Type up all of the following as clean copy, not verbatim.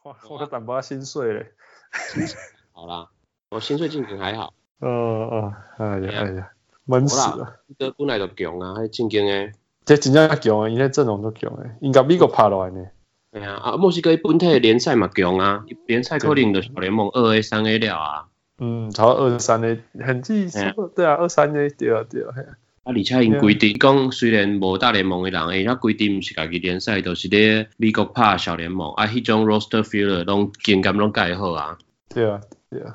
我淡薄薪水嘞。 好啦，我薪水进前还好。 哎呀，闷死了。 这本来就强啊，迄正经诶。 这真正强啊，伊迄阵容都强诶，应该美国拍落来呢。 哎呀，墨西哥本体联赛嘛强啊，联赛可能就小联盟2A、3A 了啊。 超23的，很记对啊，23的对啊。 而且因规定讲，虽然无大联盟的人，他规定毋是家己联赛，都是咧美国拍小联盟，迄种 roster filler 拢经验拢介好啊。 对啊。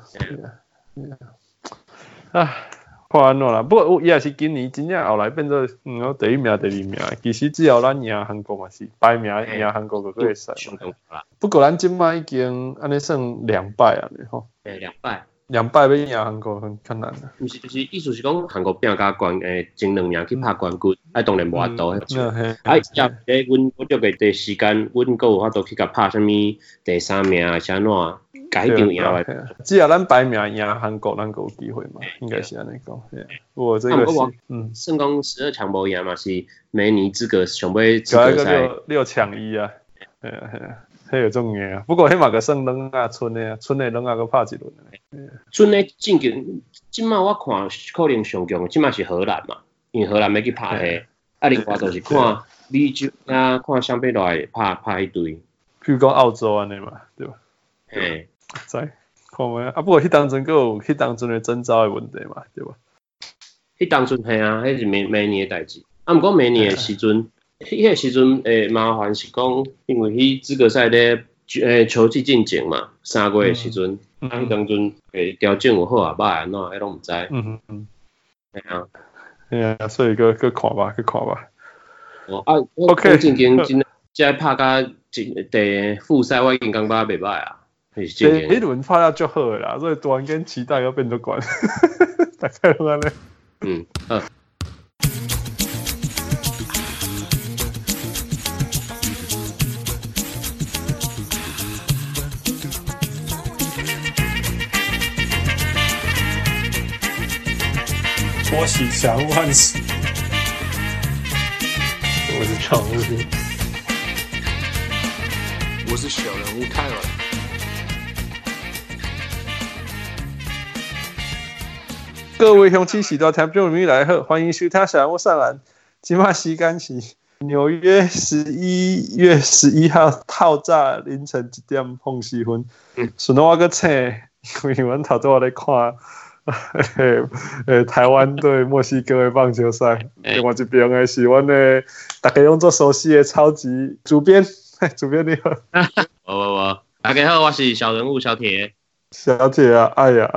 看安怎啦？不过伊也是今年真正后来变做第一名、第二名。其实只要咱赢韩国嘛是排名赢韩国就可以赛。不过咱今摆已经安尼算2败啊，吼。2败要赢韩国很困难啊。 毋是，就是意思是讲韩国拼甲前2年去拍冠军，当然无法度。也阮约个第时间，阮阁有法度去甲拍啥物第3名啊，啥喏。改场赢来， 只要咱排名赢韩国，咱有机会嘛，应该是安尼讲。我这个是， 算讲12强无赢嘛，是每年资格上尾资格赛 6强1啊，迄有种赢啊。不过迄嘛个算两啊村的啊，村的两啊个拍一轮。 村的正经，即马我看可能上强，即马是荷兰嘛，因为荷兰要去拍迄，另外就是看美洲啊，看相比来拍一堆。 譬如讲澳洲安尼嘛，对吧？在看咩啊？不过迄当阵阁有迄当阵的征召的问题嘛，对吧？ 迄当阵系啊，迄是每年的代志。毋过每年的时阵，迄个时阵麻烦是讲，因为迄资格赛咧球季进前嘛，3月的时阵，迄当阵条件有好啊歹啊，喏，迄拢毋知。 系啊，所以去看吧。 OK， 正经真即拍甲第复赛，我已经感觉袂歹啊。 迄轮拍了就好啦，所以突然间期待又变做悬，大概都安尼。我是小人物汉斯，我是常务， 我是小人物泰尔。 各位乡亲时代听众朋友来好，欢迎收听小人物上篮。今麦时间是纽约11月11号透早凌晨1点04分。顺便我搁请，因为阮头早我咧看台湾对墨西哥的棒球赛，另外一边的是阮的大家用作熟悉的超级主编，主编你好。 我大家好，我是小人物小铁。 小铁啊，哎呀。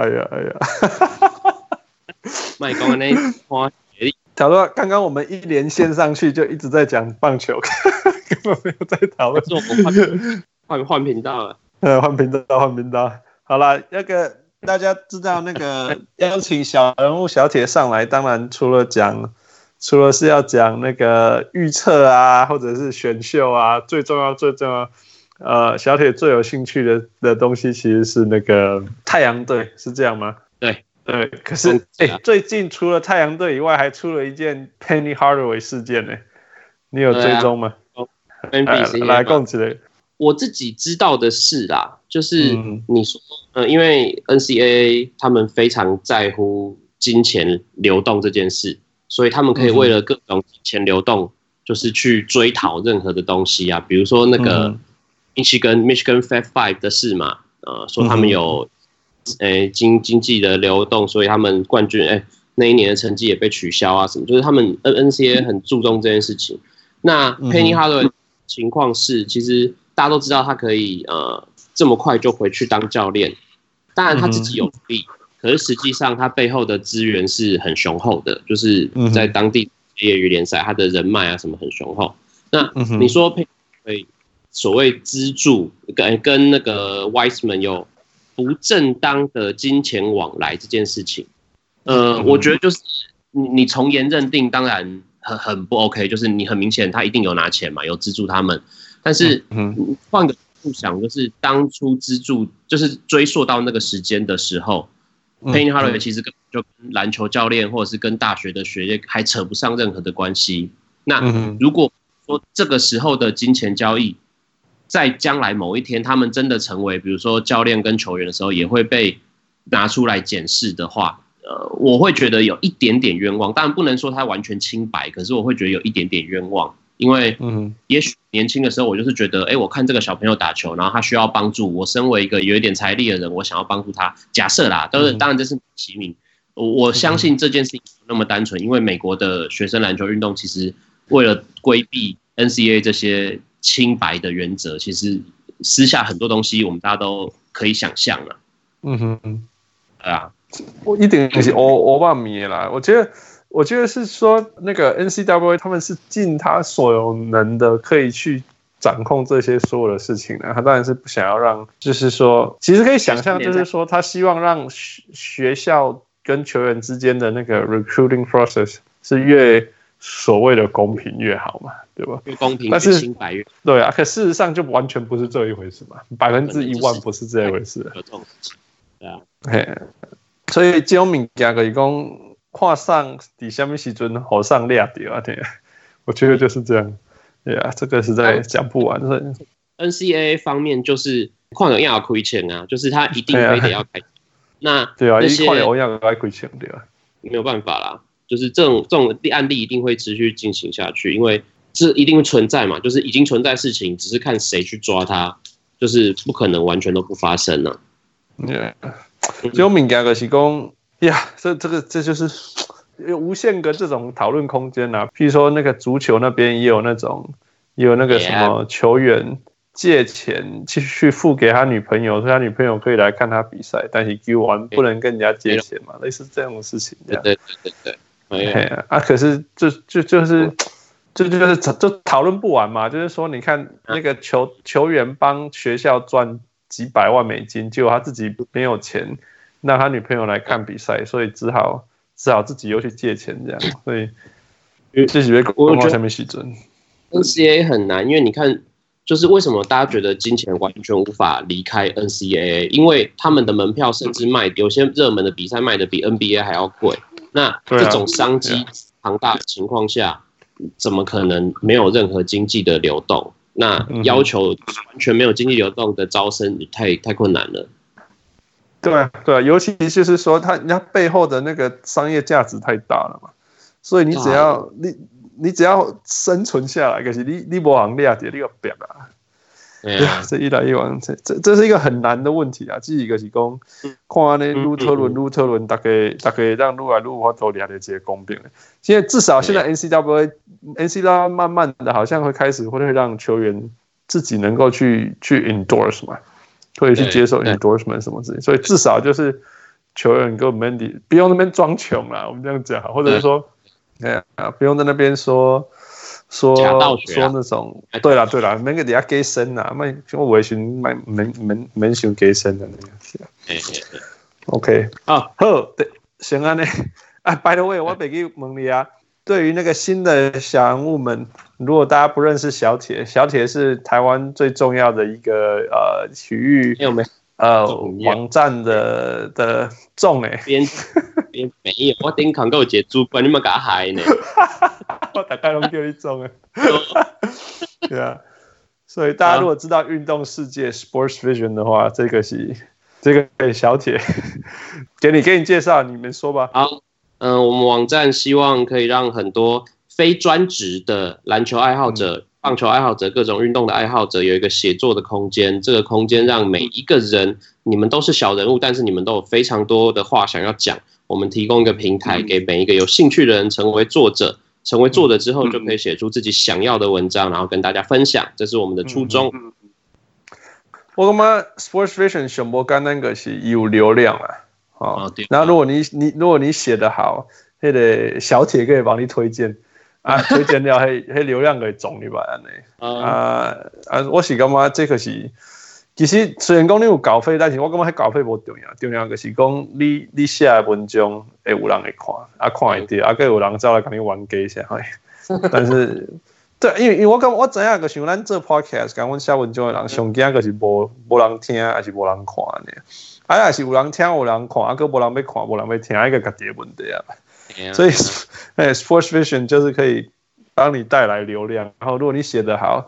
卖讲那花讨论刚刚我们一连线上去就一直在讲棒球，根本没有在讨论。 换频道了。 换频道。好啦，那个大家知道那个邀请小人物小铁上来，当然除了是要讲那个预测啊，或者是选秀啊，最重要，小铁最有兴趣的东西其实是那个太阳队，是这样吗？对，可是最近除了太阳队以外，还出了一件 Penny Hardaway 事件呢，你有追踪吗？来讲起来， 我自己知道的是啦，就是你说，因为 NCAA 他们非常在乎金钱流动这件事，所以他们可以为了各种金钱流动，就是去追讨任何的东西啊，比如说那个 Michigan Fab Five 的事嘛，说他们有。经济的流动，所以他们冠军那一年的成绩也被取消啊，什么就是他们 NCAA 很注重这件事情。那 Penny Hardaway 情况是，其实大家都知道他可以这么快就回去当教练，当然他自己有努力，可是实际上他背后的资源是很雄厚的，就是在当地业余联赛，他的人脉啊什么很雄厚。那你说 Penny 所谓资助跟那个 Wiseman 有不正当的金钱往来这件事情，我觉得就是你从严认定，当然很不 OK， 就是你很明显他一定有拿钱嘛，有资助他们，但是换个角度想，就是当初资助就是追溯到那个时间的时候，Penny Hardaway 其实就跟篮球教练或者是跟大学的学业还扯不上任何的关系。那如果说这个时候的金钱交易在将来某一天，他们真的成为比如说教练跟球员的时候，也会被拿出来检视的话，我会觉得有一点点冤枉。当然不能说他完全清白，可是我会觉得有一点点冤枉，因为也许年轻的时候我就是觉得，我看这个小朋友打球，然后他需要帮助，我身为一个有一点财力的人，我想要帮助他。假设啦，当然这是其名。我相信这件事情不那么单纯，因为美国的学生篮球运动其实为了规避 NCAA 这些清白的原则，其实私下很多东西我们大家都可以想象了。对啊， 我一定是欧巴米啦。我觉得是说那个 NCAA 他们是尽他所有能的可以去掌控这些所有的事情的。他当然是不想要让，就是说，其实可以想象，就是说他希望让学校跟球员之间的那个 recruiting process 是越所谓的公平越好嘛，对吧？ 越公平越清白越对啊。可事实上就完全不是这一回事嘛，100%不是这一回事。 有这种事情，对啊。 所以这种物件就是讲，看上在什么时阵好上抓到啊？对，我觉得就是这样。对啊，这个实在讲不完。 NCAA 方面就是看有要亏钱啊，就是他一定非得要开。那对啊，一看有要亏钱对啊， 没有办法啦，就是这种案例一定会持续进行下去，因为这一定会存在嘛，就是已经存在事情，只是看谁去抓它，就是不可能完全都不发生了。 这种物件就是讲呀，这就是有无限个这种讨论空间啊。譬如说那个足球那边也有那个什么球员借钱去付给他女朋友，所以他女朋友可以来看他比赛，但是给完不能跟人家借钱嘛，类似这样的事情。 对。 可是就讨论不完嘛。就是说，你看那个球员帮学校赚几百万美金，结果他自己没有钱让他女朋友来看比赛，所以只好自己又去借钱这样。所以这几位公告下面细准 NCAA 很难，因为你看，就是为什么大家觉得金钱完全无法离开 NCAA， 因为他们的门票甚至有些热门的比赛卖的比 NBA 还要贵。那这种商机庞大的情况下，怎么可能没有任何经济的流动？那要求完全没有经济流动的招生太困难了。 对啊，尤其就是说，人家背后的那个商业价值太大了嘛，所以你只要生存下来，可是你没行抓到，你就变啊。对啊，这一来一往，这是一个很难的问题啊。这一个是讲，看那路特伦，大家让路来路法都抓到这个公平的。现在至少现在 NCAA 慢慢的好像会开始会让球员自己能够去 endorse 嘛，可以去接受 endorsement 什么之类，所以至少就是球员跟 Mandy 不用那边装穷啦，我们这样讲，或者说，不用在那边说那种，对啦，免个底下给生啦，卖我微信免想给生的那样。OK 好，对，行啊，呢by the way， 我别去问你啊。对于那个新的小人物们，如果大家不认识小铁是台湾最重要的一个体育网站的总边没有， 我顶看过一个主管，你们给他害呢？ 我大概都叫你总的。对啊，所以大家如果知道运动世界 Sports Vision 的话，这个小铁给你介绍，你们说吧。 好。我们网站希望可以让很多非专职的篮球爱好者、棒球爱好者、各种运动的爱好者有一个写作的空间。这个空间让每一个人，你们都是小人物，但是你们都有非常多的话想要讲。我们提供一个平台给每一个有兴趣的人成为作者。成为作者之后，就可以写出自己想要的文章，然后跟大家分享。这是我们的初衷。 我感觉 Sports Vision 上不简单个是有流量啊。然后如果你写得好，那个小铁可以帮你推荐啊，推荐了那流量可以涨你吧安我是感觉这个是，其实虽然讲你有稿费，但是我感觉那稿费不重要，重要就是讲你写的文章会有人会看，看会到，还有人走来跟你玩假一下，但是对，因为我知影个像咱做 podcast， 讲阮写文章的人，上惊个是无人听，还是无人看呢？也是有人听有人看，还无人要看无人要听，一个家己的问题啊。所以，Sports Vision 就是可以帮你带来流量。然后，如果你写得好，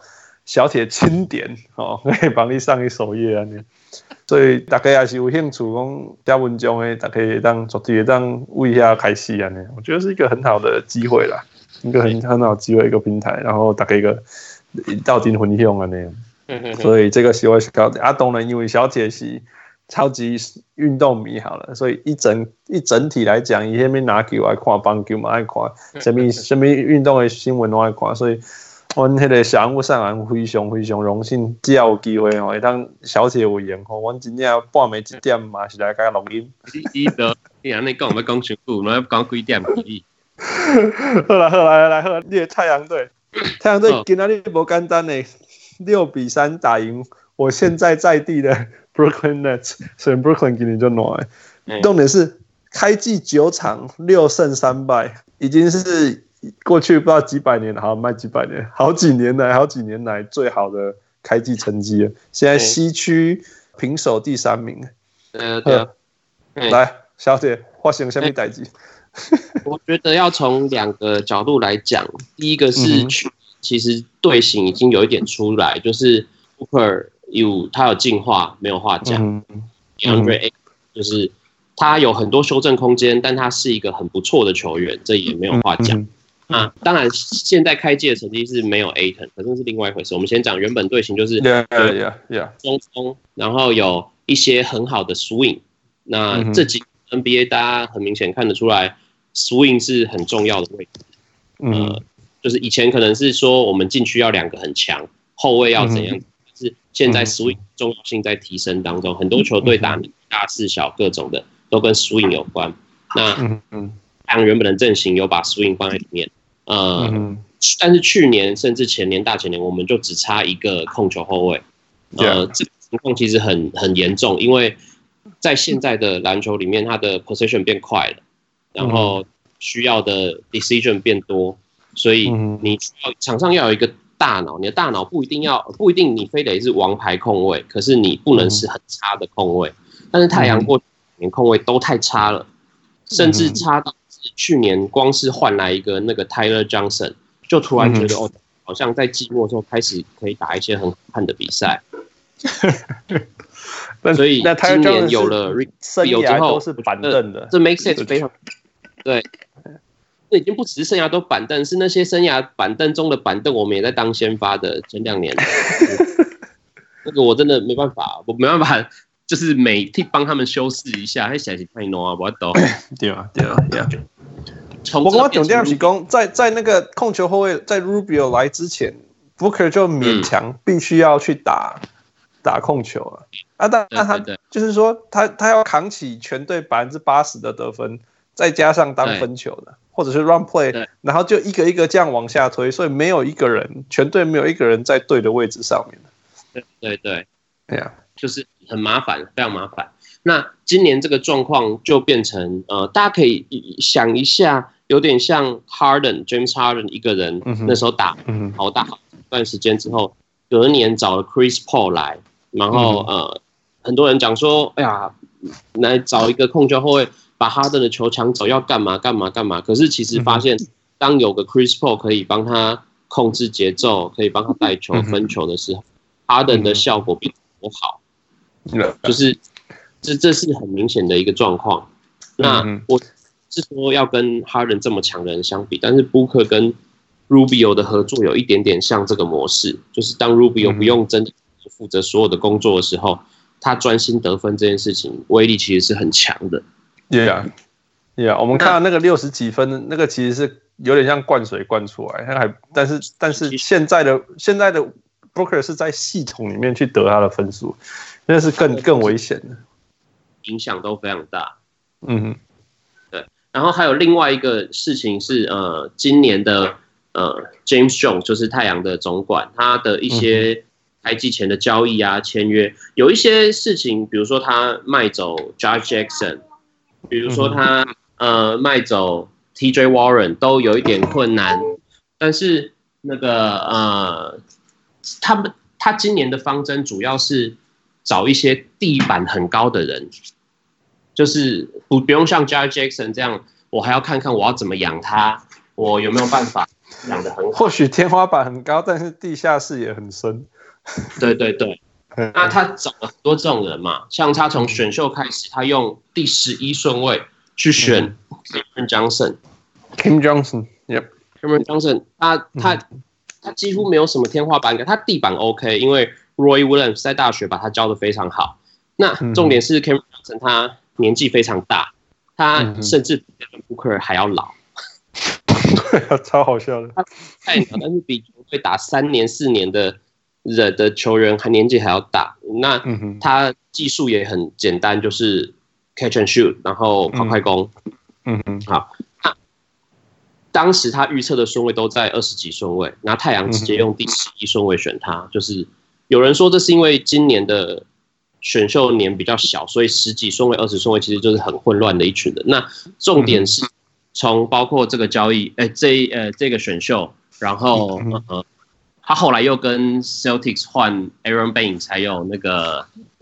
小铁钦点哦，可以帮你上一首页啊。所以大家也是有兴趣讲写文章的，大家会当绝对会当为遐开始啊。我觉得是一个很好的机会啦，一个很好的机会，一个平台，然后大家一个到顶分享啊那样。所以这个是我小铁啊，当然因为小铁是超级运动迷好了，所以一整体来讲，伊迄边拿球爱看，棒球嘛爱看，什么运动的新闻都爱看，所以阮迄个小人物上岸非常荣幸，只要有机会吼，会当小铁委员吼，阮真正半暝1点嘛是来甲录音。 你安尼讲要讲伤久，要讲几点而已。 好啦，你的太阳队今仔日无简单的6-3打赢我现在在地的 Brooklyn Nets， 所以 Brooklyn 今年就暖。重点是开季9场6胜3败，已经是过去不知道几百年了，好卖几百年，好几年来最好的开季成绩了。现在西区平手第3名。 对。 来，小姐发生什么代志？ 我觉得要从2个角度来讲，第一个是其实队形已经有一点出来，就是 Booker 他有进化，没有话讲。DeAndre 就是他有很多修正空间，但他是一个很不错的球员，这也没有话讲。当然现在开季的成绩是没有 Ayton， 可是是另外一回事。我们先讲原本队形就是中锋，然后有一些很好的 swing。那这几 NBA 大家很明显看得出来 ，swing 是很重要的位置。就是以前可能是说我们禁区要2个很强，后卫要怎样，但是现在 swing 重要性在提升当中，很多球队打大4小各种的都跟 swing 有关。那原本的阵型有把 swing 放在里面，但是去年甚至前年、大前年，我们就只差一个控球后卫。这个情况其实很严重，因为在现在的篮球里面，它的 position 变快了，然后需要的 decision 变多。所以你场上要有一个大脑，你的大脑不一定你非得是王牌控卫，可是你不能是很差的控卫。但是太阳过去年控卫都太差了，甚至差到去年光是换来一个那个 Tyler Johnson， 就突然觉得好像在季末之后开始可以打一些很好看的比赛。所以今年有了 Rubio 之后， 是板凳的， 这 make sense 非常对。这已经不只是生涯都板凳，是那些生涯板凳中的板凳，我们也在当先发的前2年。那个我真的没办法，我没办法，就是帮他们修饰一下，那实在是太难啊，我懂。 对啊。我跟我重点是讲，在那个控球后卫在 Rubio 来之前 ，Booker 就勉强必须要去打控球了但他就是说他要扛起全队80%的得分，再加上当分球的。或者是 run play， 然后就一个一个这样往下推，所以全队没有一个人在对的位置上面。 对啊，就是很麻烦，非常麻烦。那今年这个状况就变成大家可以想一下，有点像 James Harden 一个人那时候打好一段时间之后，隔年找了 Chris Paul 来，然后很多人讲说，哎呀，来找一个控球后卫。把哈登的球抢走要干嘛？可是其实发现，当有个 Chris Paul 可以帮他控制节奏，可以帮他带球、分球的时候，哈登的效果比多好。就是这是很明显的一个状况。那我是说要跟哈登这么强的人相比，但是 Booker 跟 Rubio 的合作有一点点像这个模式，就是当 Rubio 不用真的负责所有的工作的时候，他专心得分这件事情威力其实是很强的。 Yeah， 我们看到那个60几分，那个其实是有点像灌水灌出来，但是现在的 Booker 是在系统里面去得他的分数，那是更危险的， 影响都非常大。对。然后还有另外一个事情是，今年的James Jones 就是太阳的总管，他的一些开季前的交易啊、签约，有一些事情，比如说他卖走 Josh Jackson。比如说他卖走 TJ Warren 都有一点困难，但是那个他今年的方针主要是找一些地板很高的人，就是不用像 Josh Jackson 这样，我还要看看我要怎么养他，我有没有办法养得很好。 或许天花板很高，但是地下室也很深。 对对对，那他找了很多这种人嘛，像他从选秀开始，他用第11顺位去选 Cameron Johnson。Kim Johnson，Yep，Cameron Johnson， 他几乎没有什么天花板感，他地板 OK， 因为 Roy Williams 在大学把他教得非常好。那重点是 Cameron Johnson 他年纪非常大，他甚至比 Devin Booker 还要老。 对啊，超好笑的。 他太老，但是比球队打3年4年的球员还年纪还要大。那他技术也很简单，就是 catch and shoot， 然后跑快攻。好。当时他预测的顺位都在20几顺位，然后太阳直接用第11顺位选他，就是有人说这是因为今年的选秀年比较小，所以10几顺位、20顺位其实就是很混乱的一群人。那重点是从包括这个交易，这个选秀，然后他后来又跟 Celtics 换 Aaron Baines， 还有那个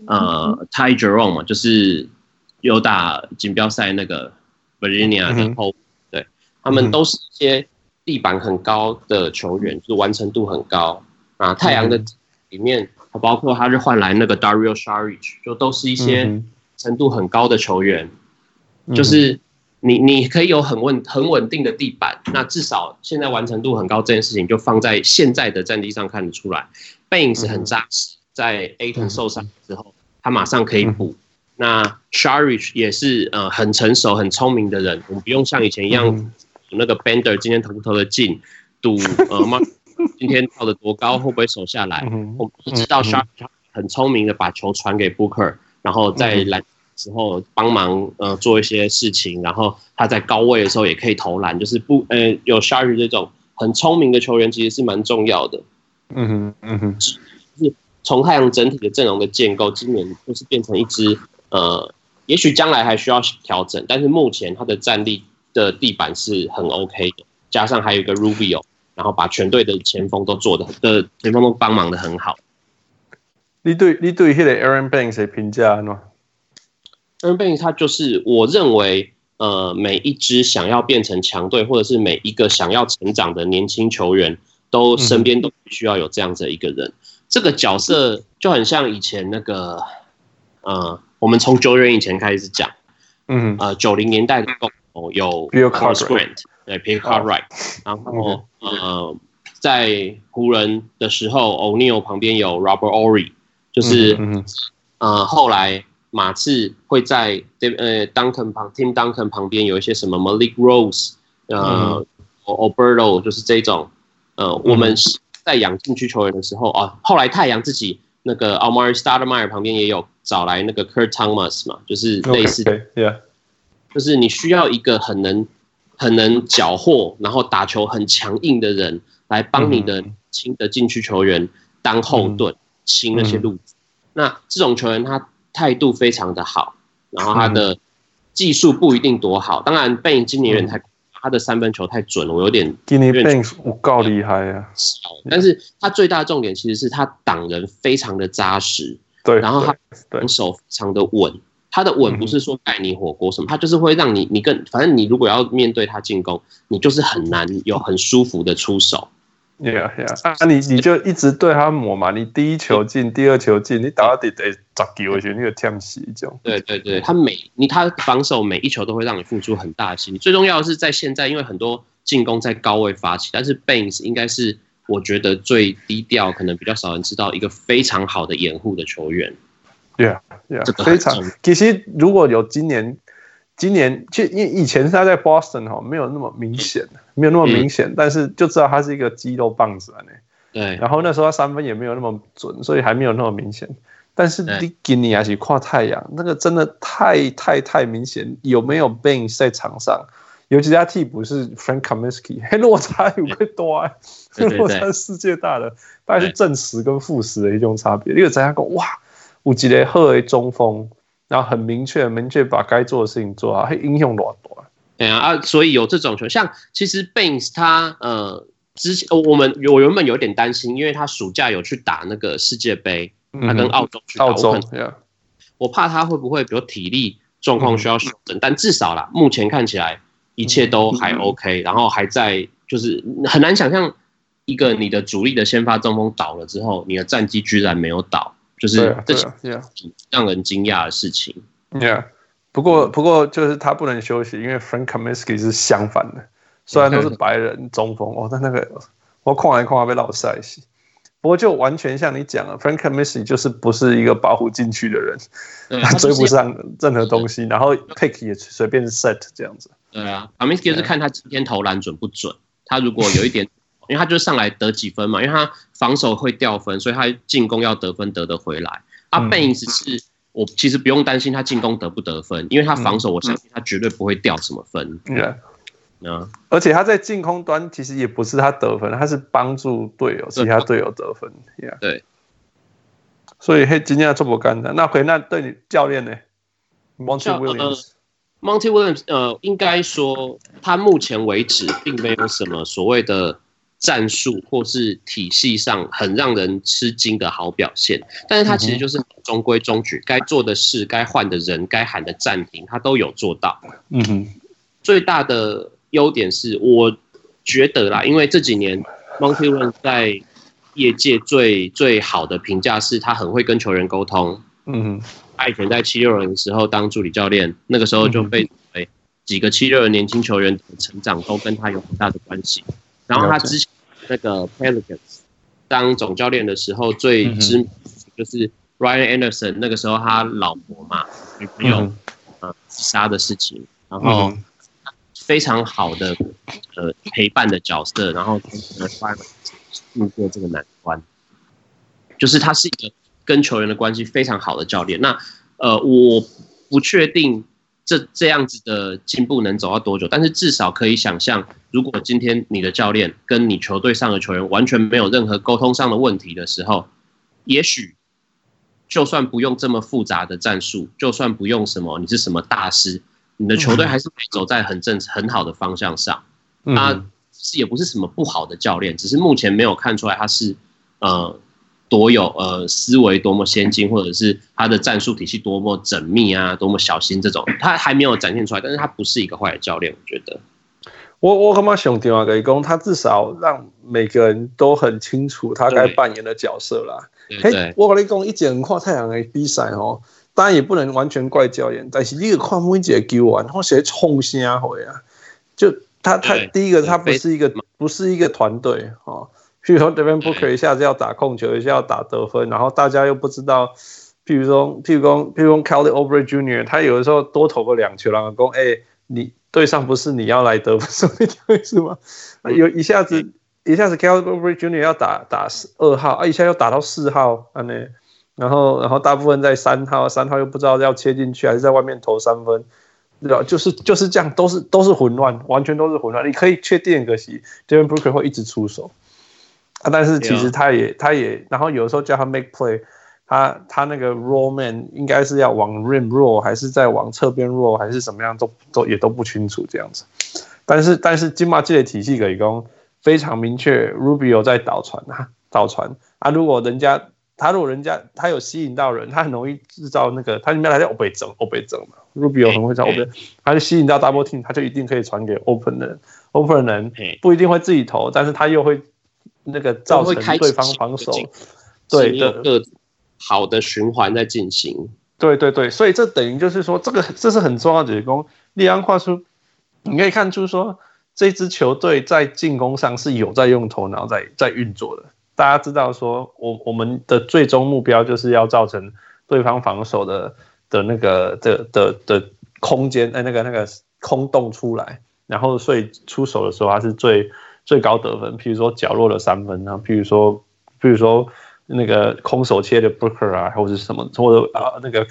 Ty Jerome 嘛，就是有打锦标赛那个 Virginia 的后。他们都是一些地板很高的球员，就是完成度很高啊。太阳的里面，包括他是换来那个 Dario Saric， 就都是一些程度很高的球员。就是你可以有很稳定的地板，那至少现在完成度很高这件事情，就放在现在的战绩上看得出来。Baines 很扎实，在 Ayton 受伤之后，他马上可以补。那 Saric 也是很成熟、很聪明的人，我们不用像以前一样。那个 Bender 今天投不投得进，赌今天跳得多高，会不会守下来？我们都知道 Sharp 很聪明的把球传给 Booker， 然后在篮之后帮忙做一些事情，然后他在高位的时候也可以投篮，就是有 Sharp 这种很聪明的球员其实是蛮重要的。就是从太阳整体的阵容的建构，今年就是变成一支也许将来还需要调整，但是目前他的战力的地板是很 OK 的，加上还有一个 Rubio， 然后把全队的前锋都前锋都帮忙的很好。 你对那个 Aaron Baines 的评价呢 ？Aaron Baines 他就是我认为每一支想要变成强队，或者是每一个想要成长的年轻球员，都身边都需要有这样子的一个人。这个角色就很像以前那个我们从9元以前开始讲，90年代的有 Bill Cartwright， 对 Bill Cartwright， 然后在湖人的时候 ，O'Neal 旁边有 Robert Horry， 就是后来马刺会在Tim Duncan 旁边有一些什么 Malik Rose，Alberto， 就是这种我们在养禁区球员的时候后来太阳自己那个 Amar'e Stoudemire 旁边也有找来那个 Kurt Thomas 嘛，就是类似的。就是你需要一个很能缴获，然后打球很强硬的人来帮你的轻的禁区球员当后盾，清那些路子。那这种球员他态度非常的好，然后他的技术不一定多好。当然 Baines 今年有点太，他的3分球太准了，我有点。 今年 Baines 有够厉害啊！ 但是他最大的重点其实是他挡人非常的扎实， 对， 然后他防守非常的稳。他的稳不是说盖你火锅什么，他就是会让你反正你如果要面对他进攻，你就是很难有很舒服的出手。 你就一直对他磨嘛，你第一球进，第二球进，你打到第10球的时候，你就忝死一种。 对，他防守每一球都会让你付出很大的心力。最重要的是在现在，因为很多进攻在高位发起，但是 Baines 应该是我觉得最低调，可能比较少人知道一个非常好的掩护的球员。 非常。其实如果有今年，其实以前他在 Boston 没有那么明显，但是就知道他是一个肌肉棒子对。 然后那时候他3分也没有那么准，所以还没有那么明显。但是你今年还是跨太阳，那个真的太明显。有没有 Baines 在场上？尤其他替补是 Frank Kaminsky， 落差有个大，落差世界大的，大概是正10跟负10的一种差别。你有知道讲哇？有一个好的中锋，然后很明确把该做的事情做好，会影响多大？ 所以有这种球，像其实 Baines 他之前我原本有点担心，因为他暑假有去打那个世界杯，他跟澳洲去打，我怕他会不会比如体力状况需要修正，但至少啦，目前看起来一切都还 OK， 然后还在就是很难想象一个你的主力的先发中锋倒了之后，你的战绩居然没有倒，就是这是让人惊讶的事情。 Yeah， 不过就是他不能休息，因为 Frank Kaminsky 是相反的，虽然都是白人中锋但那个我看来被老塞死。不过就完全像你讲了 ，Frank Kaminsky 就是不是一个保护禁区的人，他追不上任何东西，然后 pick 也随便 set 这样子。 对啊 ，Kaminsky 就是看他今天投篮准不准。他如果有一点，因为他就上来得几分嘛，因为他防守会掉分，所以他进攻要得分得得回来。Baines 是我其实不用担心他进攻得不得分，因为他防守我相信他绝对不会掉什么分。而且他在进攻端其实也不是他得分，他是帮助队友，其他队友得分。 对， 所以今天做不干的。那对你教练呢 ？Monty Williams。Monty Williams，应该说他目前为止并没有什么所谓的战术或是体系上很让人吃惊的好表现，但是他其实就是中规中矩，该做的事、该换的人、该喊的暂停，他都有做到。最大的优点是我觉得啦，因为这几年 Monty Williams 在业界最好的评价是他很会跟球员沟通。他以前在76人的时候当助理教练，那个时候就被认为几个76人年轻球员的成长都跟他有很大的关系。然后他之前那个 Pelicans 当总教练的时候，最知名就是 Ryan Anderson 那个时候他老婆嘛女朋友自杀的事情，然后非常好的陪伴的角色，然后度过这个难关，就是他是一个跟球员的关系非常好的教练。那我不确定这样子的进步能走到多久，但是至少可以想象，如果今天你的教练跟你球队上的球员完全没有任何沟通上的问题的时候，也许就算不用这么复杂的战术，就算不用你是什么大师，你的球队还是可以走在很好的方向上。他也不是什么不好的教练，只是目前没有看出来他是多有思维多么先进，或者是他的战术体系多么缜密啊，多么小心，这种他还没有展现出来。但是他不是一个坏的教练，我觉得。 我感觉上重要的是他至少让每个人都很清楚他该扮演的角色啦。我跟你讲，以前看太阳的比赛当然也不能完全怪教练，但是你有看每一个球员，他是冲啥回啊？就他第一个，他不是一个团队譬如说 Devin Booker 一下子要打控球，一下要打得分，然后大家又不知道，譬如说 Kelly Oubre Jr. 他有的时候多投个2球，然后说你对上不是你要来得分，你懂意思吗？有一下子 Kelly Oubre Jr. 要打2号一下又打到4号然后大部分在3号又不知道要切进去还是在外面投3分，就是这样，都是混乱，完全都是混乱。你可以确定的是 Devin Booker 会一直出手。但是其实他也，然后有时候叫他 make play， 他那个 roll man 应该是要往 rim roll 还是在往侧边 roll 还是什么样也都不清楚这样子。但是金马这的体系可以讲非常明确 ，Rubio 在导传啊，如果人家他有吸引到人，他很容易制造那个他里面来叫欧北整嘛 ，Rubio 很会找欧北，他就吸引到 double team， 他就一定可以传给 open 人不一定会自己投，但是他又会。那个造成对方防守，对的， 各好的循环在进行。 对，所以这等于就是说，这是很重要的一个立安话出，你可以看出说，这支球队在进攻上是有在用头脑在运作的。大家知道说，我们的最终目标就是要造成对方防守的那个的空间，那个空洞出来，然后所以出手的时候，它是最高得分，譬如说角落的3分啊，譬如说那个空手切的 Booker 啊，或者是什么，或者那个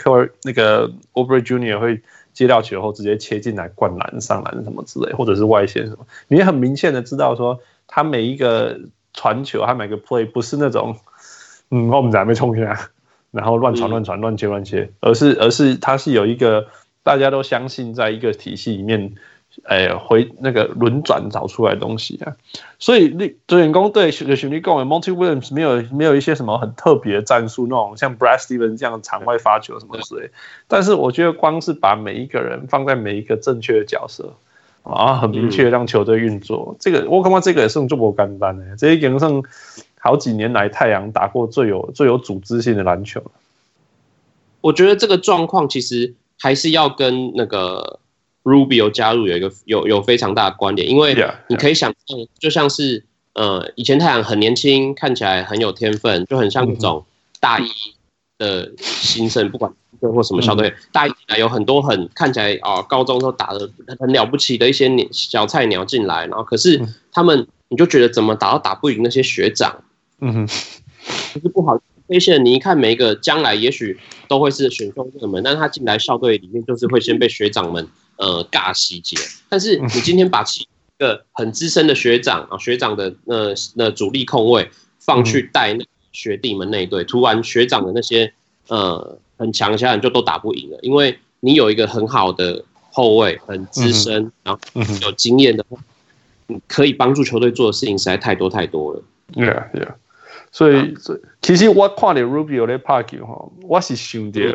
Oubre Jr. 会接到球后直接切进来灌篮、上篮什么之类，或者是外线什么，你也很明显的知道说，他每一个传球，他每个 play 不是那种我们还没冲进来，然后乱传乱切，而是他是有一个大家都相信在一个体系里面。回那个轮转找出来的东西啊，所以主演工队的兄弟讲的 Monty Williams 没有一些什么很特别的战术，那种像 Brad Stevens 这样场外发球什么之类，但是我觉得光是把每一个人放在每一个正确的角色， 啊，很明确让球队运作。这个我感觉这个也算做不简单的，这已经算好几年来太阳打过最有组织性的篮球。 我觉得这个状况其实还是要跟那个 Rubio 加入有非常大的关联，因为你可以想象，就像是以前太阳很年轻，看起来很有天分，就很像那种大一的新生，不管或什么校队，大一进来有很多看起来高中时候打的很了不起的一些小菜鸟进来，然后可是他们你就觉得怎么打不赢那些学长，就是不好。这些人你一看每一个将来也许都会是选秀热门，但是他进来校队里面就是会先被学长们尬洗劫。但是你今天把一个很资深的学长学长的主力控卫放去带那学弟们那一队，突然学长的那些很强的其他人就都打不赢了，因为你有一个很好的后卫，很资深，然后有经验的话，可以帮助球队做的事情实在太多太多了。 Yeah. 所以其实我看到 Rubio 在拍球哈，我是想到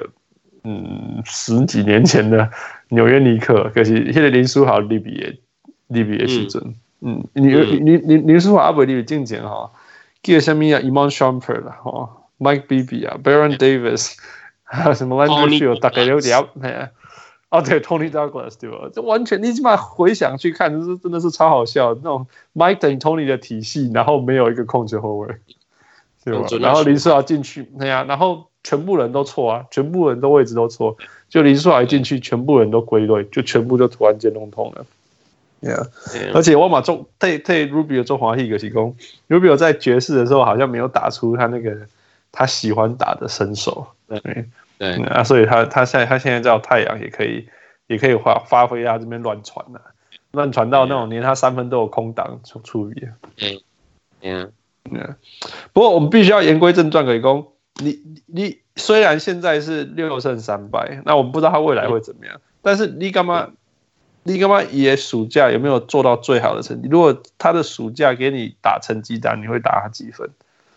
10几年前的纽约尼克，可是那个林书豪入比的时阵，林书豪阿未入进前哈，叫什么啊 ？Iman Shumpert 啦，哈 ，Mike Bibby 啊 ，Baron Davis， 还有什么 Landry， 大概都聊，对 ，Tony Douglas 对吧？这完全你起码回想去看，真的是超好笑那种 Mike 等于 Tony 的体系，然后没有一个控球后卫。对吧？然后林书豪进去，然后全部人都错啊，全部人都位置都错，就林书豪一进去，全部人都归队，就全部就突然间弄通了。而且我马中对 Rubio 做华裔的是说 ，Rubio 在爵士的时候好像没有打出他那个他喜欢打的身手，对啊，所以他现在在太阳也可以发挥他这边乱传乱传到那种连他3分都有空档处理。不过我们必须要言归正传，可以说你虽然现在是6胜3败，那我们不知道他未来会怎么样，但是你干嘛也暑假有没有做到最好的成绩？如果他的暑假给你打成绩单，你会打他几分？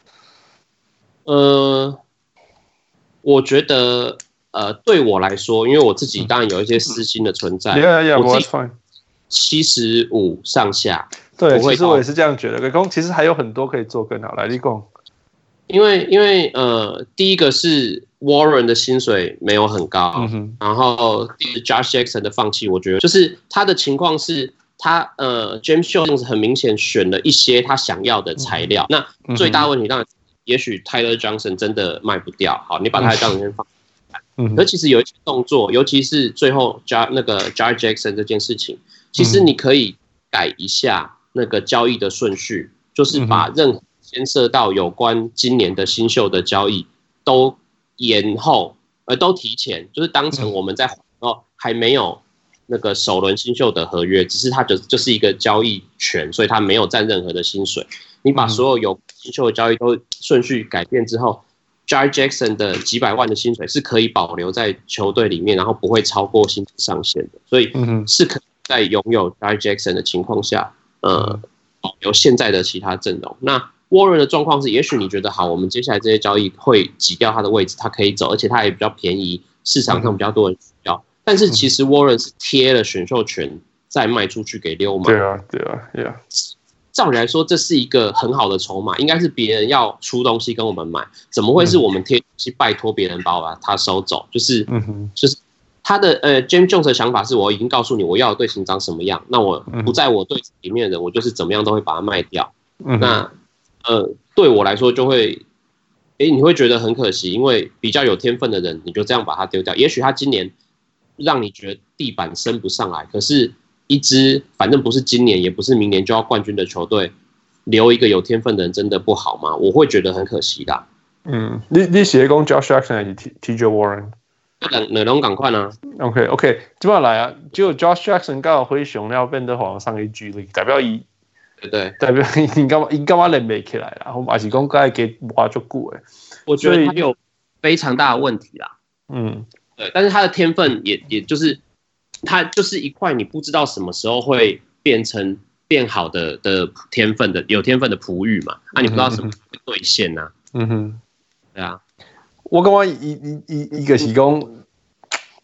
我觉得对我来说，因为我自己当然有一些私心的存在， 我自己 75上下。 对，其实我也是这样觉得。其实还有很多可以做更好。来，你讲。 因为第一个是 Warren 的薪水没有很高，然后第二 Josh Jackson 的放弃，我觉得就是他的情况是他James Jones 很明显选了一些他想要的材料。那最大问题当然，也许 Tyler Johnson 真的卖不掉。好，你把他当先放。可其实有一些动作，尤其是最后那个 Josh Jackson 这件事情，其实你可以改一下那个交易的顺序，就是把任何牵涉到有关今年的新秀的交易都延后，都提前，就是当成我们在还没有那个首轮新秀的合约，只是它就是一个交易权，所以它没有占任何的薪水。你把所有有新秀的交易都顺序改变之后，Josh Jackson 的几百万的薪水是可以保留在球队里面，然后不会超过薪资上限的，所以是可以在拥有 Josh Jackson 的情况下，保留现在的其他阵容。那 Warren 的状况是，也许你觉得好，我们接下来这些交易会挤掉他的位置，他可以走，而且他也比较便宜，市场上比较多人需要。但是其实 Warren 是贴了选秀权再卖出去给溜马。 对啊。 照理来说，这是一个很好的筹码，应该是别人要出东西跟我们买，怎么会是我们贴东西拜托别人把他收走？就是他的James Jones 的想法是，我已经告诉你我要的队形长什么样，那我不在我队里面的人，我就是怎么样都会把它卖掉。那对我来说就会，你会觉得很可惜，因为比较有天分的人，你就这样把他丢掉。也许他今年让你觉得地板升不上来，可是一支反正不是今年也不是明年就要冠军的球队，留一个有天分的人真的不好吗？我会觉得很可惜的。 你写讲 Josh Jackson 还是 TJ Warren？ 两种赶快啊。 OK， 这么来啊，只有 Josh Jackson 刚好灰熊要变得往上一局里，代表代表你干嘛能没起来啦？我还是讲该给挖足久的。 我觉得他有非常大的问题啦。对，但是他的天分也就是他就是一块你不知道什么时候会变好的天分的有天分的璞玉嘛？你不知道什么时候会兑现啊。对啊。 我感觉一个是讲，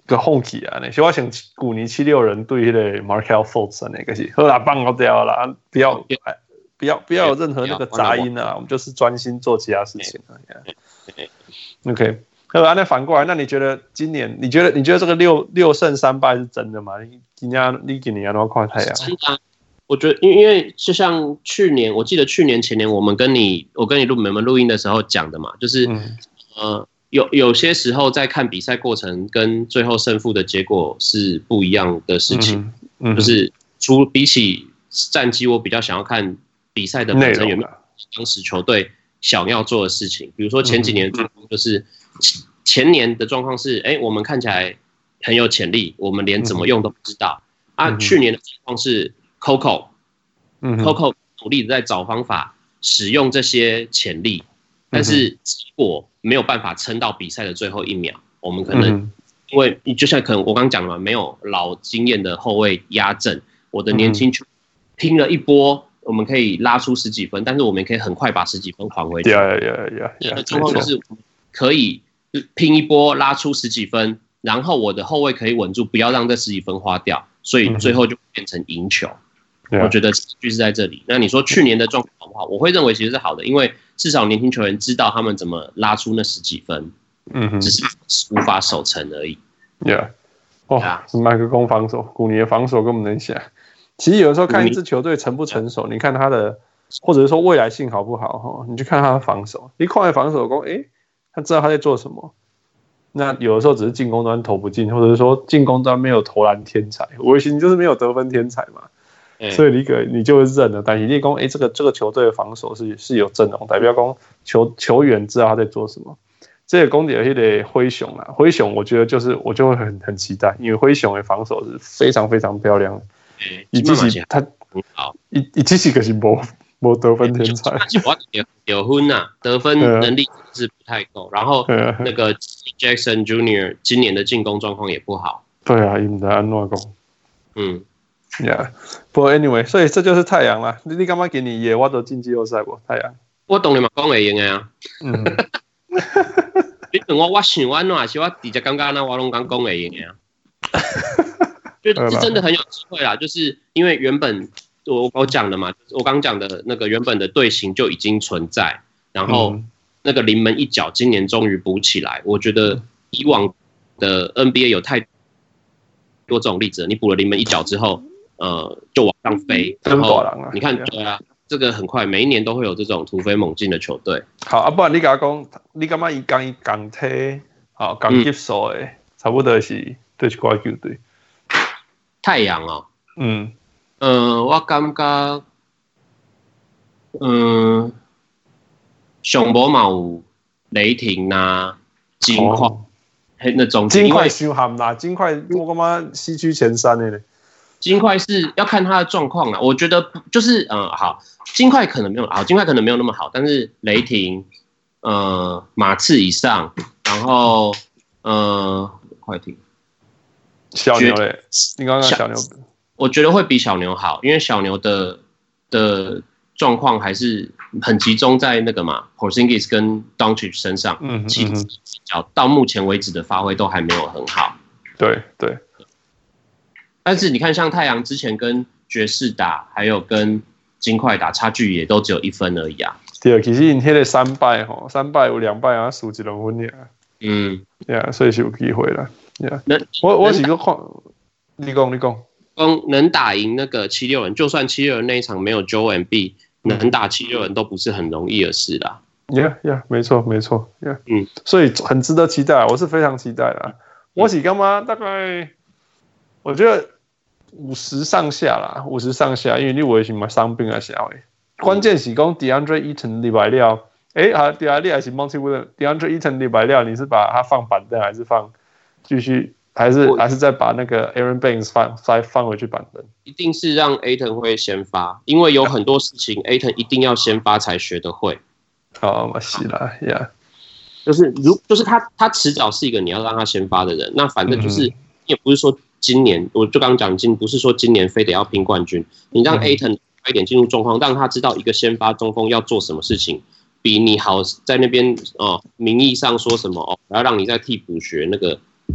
个放弃啊！那我想古尼76人对那个 Markelle Fultz 那个是，好啦，放掉啦，不要有任何那个杂音啊，我们就是专心做其他事情啊。OK， 那反过来，那你觉得今年，你觉得这个6胜3败是真的吗？你今年要看太阳？ 我觉得，因为就像去年，我记得去年前年我跟你录音的时候讲的嘛，就是有些时候在看比赛过程跟最后胜负的结果是不一样的事情，就是比起战绩，我比较想要看比赛的本身有没有当时球队想要做的事情。比如说前几年的状况就是前年的状况是，我们看起来很有潜力，我们连怎么用都不知道去年的状况是 Coco 努力的在找方法使用这些潜力，但是结果没有办法撑到比赛的最后1秒。我们可能因为就像可能我刚刚讲的嘛，没有老经验的后卫压阵，我的年轻球拼了一波，我们可以拉出10几分，但是我们可以很快把10几分还回去。状况就是可以拼一波拉出10几分，然后我的后卫可以稳住，不要让这10几分花掉，所以最后就变成赢球。我觉得就是在这里。那你说去年的状况好不好？我会认为其实是好的，因为至少年轻球员知道他们怎么拉出那10几分，只是无法守成而已。 麦克攻防守，古尼的防守跟我们能想。其实有的时候看一支球队成不成熟，你看他的，或者是说未来性好不好，你去看他的防守，你看防守攻，他知道他在做什么。那有的时候只是进攻端投不进，或者是说进攻端没有投篮天才，维新就是没有得分天才嘛。所以你就会认了，但是你讲这个球队的防守是有阵容，代表讲球员知道他在做什么。这个公点有些灰熊啦，灰熊我觉得我就会很期待，因为灰熊的防守是非常非常漂亮的。以及他其实可是没得分天才， 有分啊，得分能力是不太够。然后那个 Jackson Jr. 今年的进攻状况也不好。 对啊，他不知道怎么讲。不过 anyway， 所以这就是太阳啦。你干嘛给你野？我都进季后赛不？太阳， 我当然嘛讲会赢的啊。你问我想我哪是我直接刚刚那我拢讲会赢的啊。就是真的很有机会啦，就是因为原本我讲的嘛，我刚讲的那个原本的队形就已经存在，然后那个临门一脚今年终于补起来。我觉得以往的 NBA 有太多这种例子，你补了临门一脚之后。就往上飞，然后你看，对啊，这个很快，每一年都会有这种突飞猛进的球队。 好不然你跟我讲，你干嘛一刚踢，好刚接手的，差不多是对一挂球队。 太阳哦，我感觉，上无嘛有雷霆啊，金块，那种金块伤悍啦，金块我感觉西区前3的呢。 金块是要看他的状况啦，我觉得就是好，金块可能没有那么好，但是雷霆马刺以上，然后快艇小牛嘞，你刚刚小牛， 我觉得会比小牛好，因为小牛的状况还是很集中在那个嘛 Porzingis 跟 Doncic 身上，其实到目前为止的发挥都还没有很好， 对。 但是你看，像太阳之前跟爵士打，还有跟金块打，差距也都只有1分而已啊。 对，其实因迄个3败有2败啊，输1分尔。所以是有机会啦。我是个看，你讲。 能打赢那个76人，就算76人那一场没有 Joel Embiid，能打76人都不是很容易的事啦。 没错。所以很值得期待，我是非常期待啦。我是干嘛？大概我觉得。50上下啦，50上下，因为你为什么伤病啊？小关键是讲 DeAndre Ayton 礼拜了，你还是 Monty Williams DeAndre Ayton 礼拜了，你是把他放板凳，还是继续，还是再把那个 Aaron Baines 放回去板凳？ 一定是让 Ayton 会先发，因为有很多事情 Ayton 一定要先发才学得会。 是啦就是他迟早是一个你要让他先发的人，那反正就是也不是说。今年我就刚讲，不是说今年非得要拼冠军，你让 Ayton 快一点进入状况，让他知道一个先发中锋要做什么事情，比你好在那边名义上说什么我要让你在替补学那个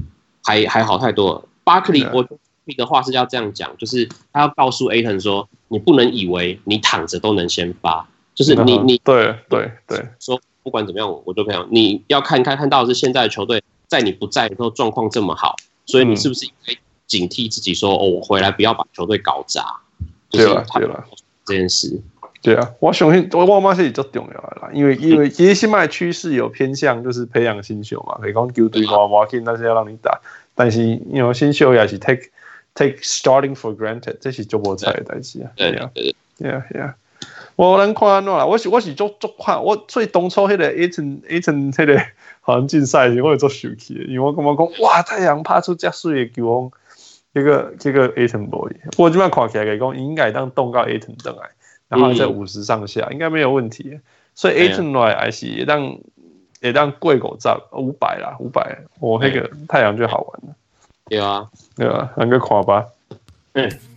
还好太多了。巴克利，我一个话是要这样讲，就是他要告诉 Ayton 说，你不能以为你躺着都能先发，就是你对， 说不管怎么样，我就这样，你要看到的是现在的球队在你不在的时候状况这么好，所以你是不是应该警惕自己说，我回来不要把球队搞砸，就是对了这件事。 对啊，我相信我嘛是最重要的啦，因为其实现在趋势有偏向就是培养新秀嘛，可以讲球队我紧那些要让你打，但是因为新秀也是 take starting for granted， 这是就无彩的代志啊。 对。 我能看安怎啦？我是足看，我最当初迄个 Ayton 迄个好像竞赛，我有做生气的，因为我感觉讲哇，太阳拍出遮水的球风，这个 Ayton 无伊，我即摆看起来讲应该当动到 Ayton 回来。然后在50上下，应该没有问题。所以 Ayton 来还是也当贵狗站500啦，500，我那个太阳就好玩了。 对啊， 那个看吧。